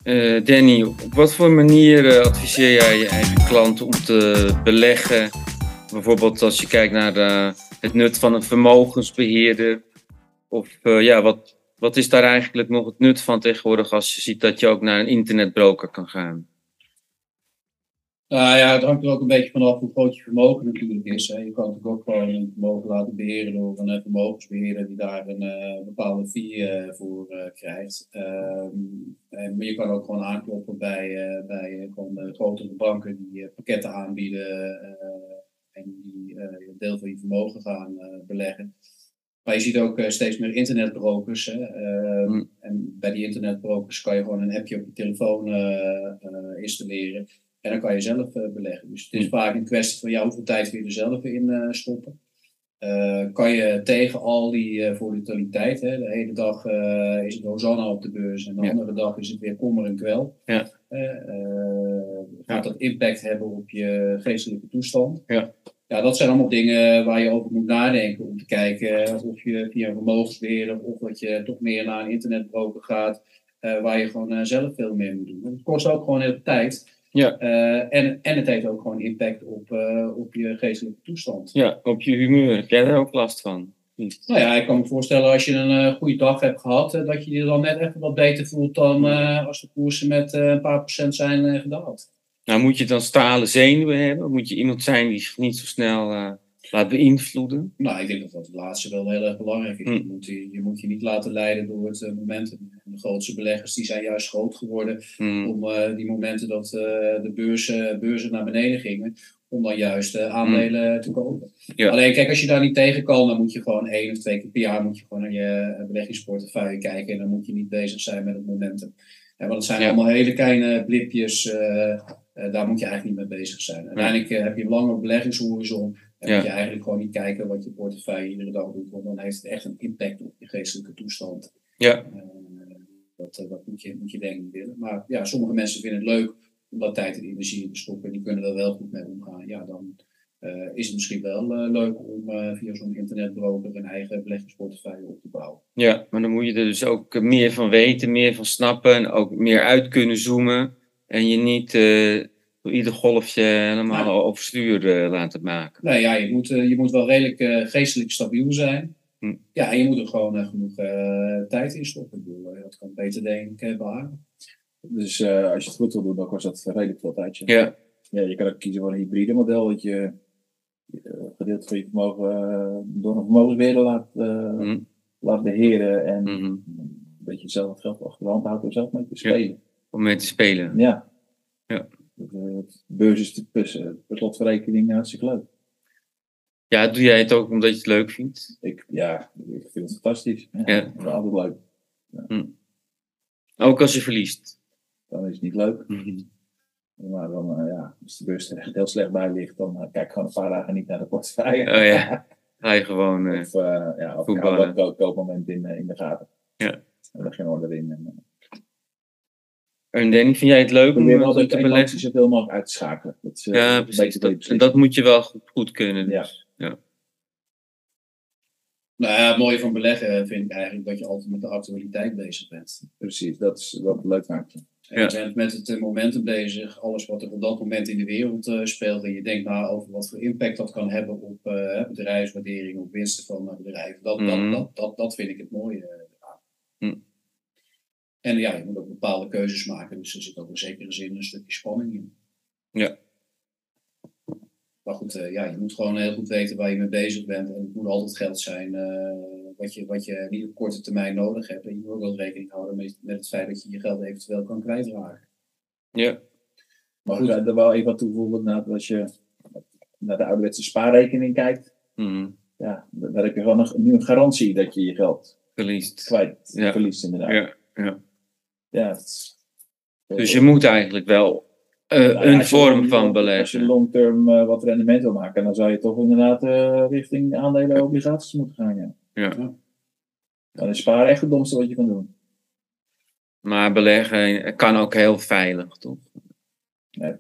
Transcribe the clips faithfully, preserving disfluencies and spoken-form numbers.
Uh, Danny, op wat voor manier uh, adviseer jij je eigen klanten om te beleggen? Bijvoorbeeld als je kijkt naar uh, het nut van een vermogensbeheerder. Of uh, ja, wat, wat is daar eigenlijk nog het nut van tegenwoordig als je ziet dat je ook naar een internetbroker kan gaan? Nou ja, het hangt er ook een beetje vanaf hoe groot je vermogen natuurlijk is. Hè. Je kan natuurlijk ook gewoon een vermogen laten beheren door een vermogensbeheerder die daar een uh, bepaalde fee uh, voor uh, krijgt. Um, en, maar je kan ook gewoon aankloppen bij, uh, bij uh, gewoon de grotere banken die uh, pakketten aanbieden uh, en die uh, een deel van je vermogen gaan uh, beleggen. Maar je ziet ook uh, steeds meer internetbrokers. Hè. Uh, mm. En bij die internetbrokers kan je gewoon een appje op je telefoon uh, uh, installeren. En dan kan je zelf uh, beleggen. Dus het is vaak een kwestie van ja, hoeveel tijd wil je er zelf in uh, stoppen. Uh, kan je tegen al die uh, volatiliteit. Hè? De ene dag uh, is het Hosanna op de beurs. En de ja. andere dag is het weer kommer en kwel. Ja. Uh, uh, gaat ja. dat impact hebben op je geestelijke toestand? Ja. Ja, dat zijn allemaal dingen waar je over moet nadenken. Om te kijken of je via een vermogensbeheerder of dat je toch meer naar een internetbroker gaat. Uh, waar je gewoon uh, zelf veel meer moet doen. Het kost ook gewoon heel veel tijd. Ja. Uh, en, en het heeft ook gewoon impact op, uh, op je geestelijke toestand. Ja, op je humeur. Heb jij daar ook last van? Hm. Nou ja, ik kan me voorstellen als je een uh, goede dag hebt gehad, uh, dat je je dan net even wat beter voelt dan uh, als de koersen met uh, een paar procent zijn uh, gedaald. Nou, moet je dan stalen zenuwen hebben? Moet je iemand zijn die zich niet zo snel uh, laat beïnvloeden? Nou, ik denk dat dat het laatste wel heel erg belangrijk is. Hm. Je, moet je, je moet je niet laten leiden door het uh, momentum. De grootste beleggers die zijn juist groot geworden hm. om uh, die momenten dat uh, de beurzen, beurzen naar beneden gingen, om dan juist uh, aandelen hm. te kopen. Ja. Alleen kijk, als je daar niet tegen kan, dan moet je gewoon één of twee keer per jaar moet je gewoon naar je beleggingsportefeuille kijken en dan moet je niet bezig zijn met het momentum. Ja, want het zijn ja. allemaal hele kleine blipjes, uh, uh, daar moet je eigenlijk niet mee bezig zijn. Uiteindelijk uh, heb je een lange beleggingshorizon. En ja. moet je eigenlijk gewoon niet kijken wat je portefeuille iedere dag doet, want dan heeft het echt een impact op je geestelijke toestand. Ja. Uh, dat uh, dat moet, je, moet je denk ik niet willen. Maar ja, sommige mensen vinden het leuk om dat tijd en energie in te stoppen. Die kunnen er wel goed mee omgaan. Ja, dan uh, is het misschien wel uh, leuk om uh, via zo'n internetbroker een eigen beleggingsportefeuille op te bouwen. Ja, maar dan moet je er dus ook meer van weten, meer van snappen en ook meer uit kunnen zoomen. En je niet uh, door ieder golfje helemaal nou, overstuur uh, laten maken. Nou ja, je moet, uh, je moet wel redelijk uh, geestelijk stabiel zijn. Hm. Ja, en je moet er gewoon uh, genoeg uh, tijd in stoppen. Ik bedoel, uh, dat kan beter denk ik bewaren. Dus uh, als je het goed wil doen, dan kost dat redelijk veel tijd. Ja. Ja, je kan ook kiezen voor een hybride model. Dat je uh, gedeelte van je vermogen uh, door een vermogensbeheerder laat, uh, hm. laat beheren. En mm-hmm. een beetje zelf het geld achter de hand houdt om zelf mee te spelen. Ja, om mee te spelen. Ja. Ja. De beurs is de pussen, per slotverrekening hartstikke leuk. Ja, doe jij het ook omdat je het leuk vindt? Ik, ja, ik vind het fantastisch. Ja, ja. Het is altijd leuk. Ja. Hm. Ook als je verliest? Dan is het niet leuk. Mm-hmm. Maar dan, uh, ja, als de beurs er echt heel slecht bij ligt, dan uh, kijk ik gewoon een paar dagen niet naar de portefeuille. Oh ja, ga je gewoon uh, Of, uh, ja, of ik hou dat koopmoment in, uh, in de gaten. Ja. En er geen orde in. En, uh, En Danny, vind jij het leuk om altijd te beleggen? Zoveel mogelijk uit te schakelen. Dat is, uh, ja, precies. Dat, en dat moet je wel goed, goed kunnen. Dus. Ja. Ja. Nou ja, het mooie van beleggen vind ik eigenlijk dat je altijd met de actualiteit bezig bent. Precies, dat is wat leuk maakt. En je ja. bent met het momentum bezig, alles wat er op dat moment in de wereld uh, speelt. En je denkt na over wat voor impact dat kan hebben op uh, bedrijfswaardering, op winsten van uh, bedrijven. Dat, mm-hmm. dat, dat, dat, dat vind ik het mooie eraan. Uh, mm. En ja, je moet ook bepaalde keuzes maken. Dus er zit ook in zekere zin een stukje spanning in. Ja. Maar goed, uh, ja, je moet gewoon heel goed weten waar je mee bezig bent. En het moet altijd geld zijn uh, wat, je, wat je niet op korte termijn nodig hebt. En je moet ook wel rekening houden met, met het feit dat je je geld eventueel kan kwijtraken. Ja. Maar goed, er wel even wat toevoegen. Nou, als je naar de ouderwetse spaarrekening kijkt. Mm-hmm. Ja, daar heb je gewoon nog, nu een garantie dat je je geld verliest. Kwijt, ja. verliest inderdaad. Ja, ja. Ja, het is, dus je moet eigenlijk wel uh, nou, een vorm long, van beleggen. Als je long-term uh, wat rendement wil maken, dan zou je toch inderdaad uh, richting aandelen en obligaties moeten gaan. Ja. Ja. Ja. Dan is sparen echt het domste wat je kan doen. Maar beleggen kan ook heel veilig, toch? Ja,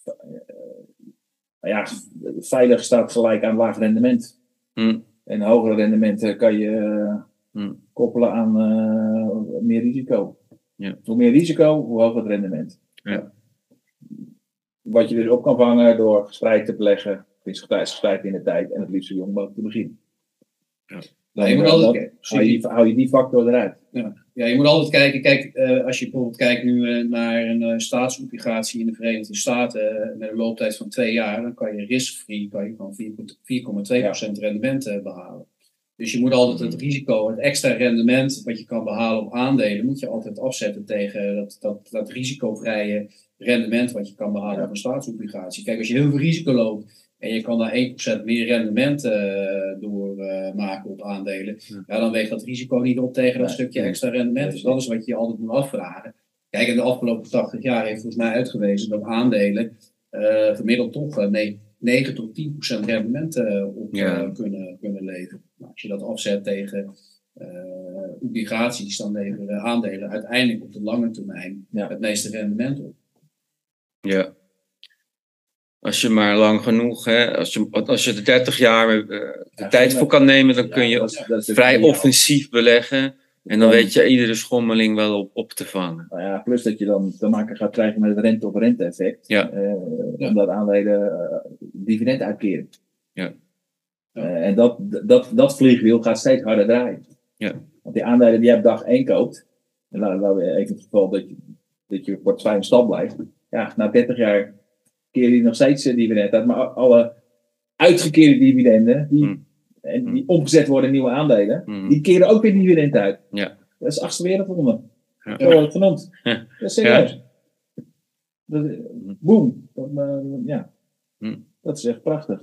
ja, veilig staat gelijk aan laag rendement. Hm. En hogere rendementen kan je uh, hm. koppelen aan uh, meer risico. Ja. Hoe meer risico, hoe hoger het rendement. Ja. Wat je dus op kan vangen door gespreid te beleggen, is gespreid in de tijd en het liefst zo jong mogelijk te beginnen. Ja. Dan, ja, je moet dan, altijd dan hou, je, hou je die factor eruit. Ja. Ja, je moet altijd kijken, kijk, uh, als je bijvoorbeeld kijkt nu uh, naar een uh, staatsobligatie in de Verenigde Staten uh, met een looptijd van twee jaar, dan kan je risk-free kan je van vier komma twee procent ja. rendement uh, behalen. Dus je moet altijd het risico, het extra rendement wat je kan behalen op aandelen, moet je altijd afzetten tegen dat, dat, dat risicovrije rendement wat je kan behalen ja. op een staatsobligatie. Kijk, als je heel veel risico loopt en je kan daar één procent meer rendement uh, door uh, maken op aandelen, ja. Ja, dan weegt dat risico niet op tegen dat nee, stukje nee, extra rendement. Nee, dus dat is wat je altijd moet afvragen. Kijk, in de afgelopen tachtig jaar heeft volgens mij uitgewezen dat aandelen uh, gemiddeld toch uh, nee, negen tot tien procent rendement uh, op ja. uh, kunnen, kunnen leveren. Nou, als je dat afzet tegen uh, obligaties, dan leveren aandelen uiteindelijk op de lange termijn ja. het meeste rendement op. Ja. Als je maar lang genoeg, hè, als je, als je er dertig jaar uh, de ja, tijd voor kan nemen, dan ja, kun je dat is, dat is vrij offensief beleggen. En dan weet je iedere schommeling wel op, op te vangen. Nou ja, plus dat je dan te maken gaat krijgen met het rente-op-rente effect. Ja. Uh, ja. Omdat aandelen uh, dividend uitkeren. Ja. Uh, en dat, dat, dat vliegwiel gaat steeds harder draaien. Ja. Want die aandelen die je op dag één koopt, en laten we even het geval dat je, dat je portefeuille in stand blijft. Ja, na dertig jaar keer je nog steeds dividend uit. Maar alle uitgekeerde dividenden, die, mm. en die omgezet worden in nieuwe aandelen, mm. die keren ook weer dividend uit. Ja. Dat is achtste wereldronde. Ja. Zo wordt het genoemd. Ja. Dat is serieus. Ja. Dat, boom. Dat, uh, ja. Mm. Dat is echt prachtig.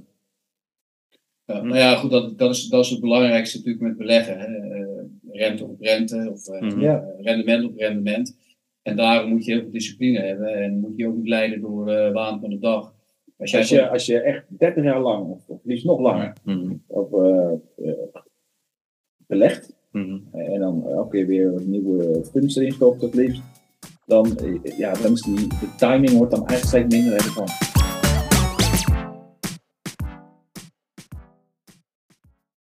Ja, nou ja, goed, dat, dat, is, dat is het belangrijkste natuurlijk met beleggen. Hè. Uh, rente op rente, of uh, mm-hmm. uh, rendement op rendement. En daarom moet je heel veel discipline hebben en moet je ook niet leiden door uh, waan van de dag. Als, als, je, als je echt dertig jaar lang, of, of liefst nog langer, mm-hmm. op, uh, uh, belegt, mm-hmm. en dan elke keer weer een nieuwe funds erin stopt, het liefst, dan, uh, ja, dan is die, de timing wordt dan eigenlijk steeds minder relevant.